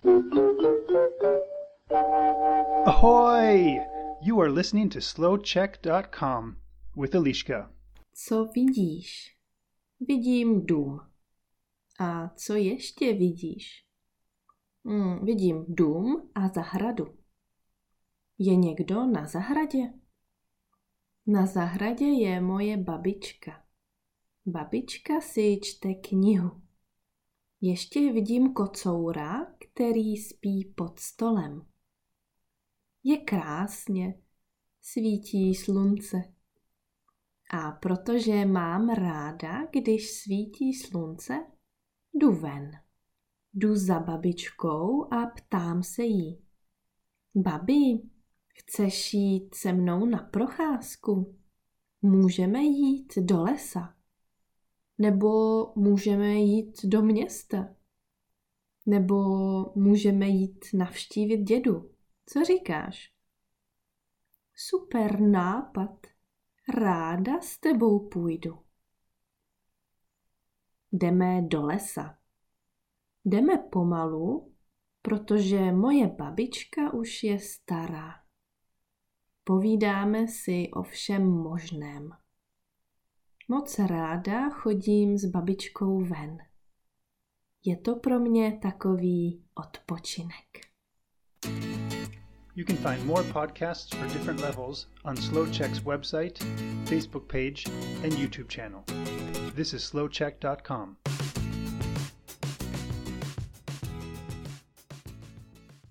Ahoy! You are listening to slowcheck.com with Eliška. Co vidíš? Vidím dům. A co ještě vidíš? Vidím dům a zahradu. Je někdo na zahradě? Na zahradě je moje babička. Babička si čte knihu. Ještě vidím kocoura, který spí pod stolem. Je krásně, svítí slunce. A protože mám ráda, když svítí slunce, jdu ven. Jdu za babičkou a ptám se jí. Babi, chceš jít se mnou na procházku? Můžeme jít do lesa? Nebo můžeme jít do města? Nebo můžeme jít navštívit dědu? Co říkáš? Super nápad. Ráda s tebou půjdu. Jdeme do lesa. Jdeme pomalu, protože moje babička už je stará. Povídáme si o všem možném. Moc ráda chodím s babičkou ven. Je to pro mě takový odpočinek. You can find more podcasts for different levels on SlowCheck's website, Facebook page, and YouTube channel. This is slowcheck.com.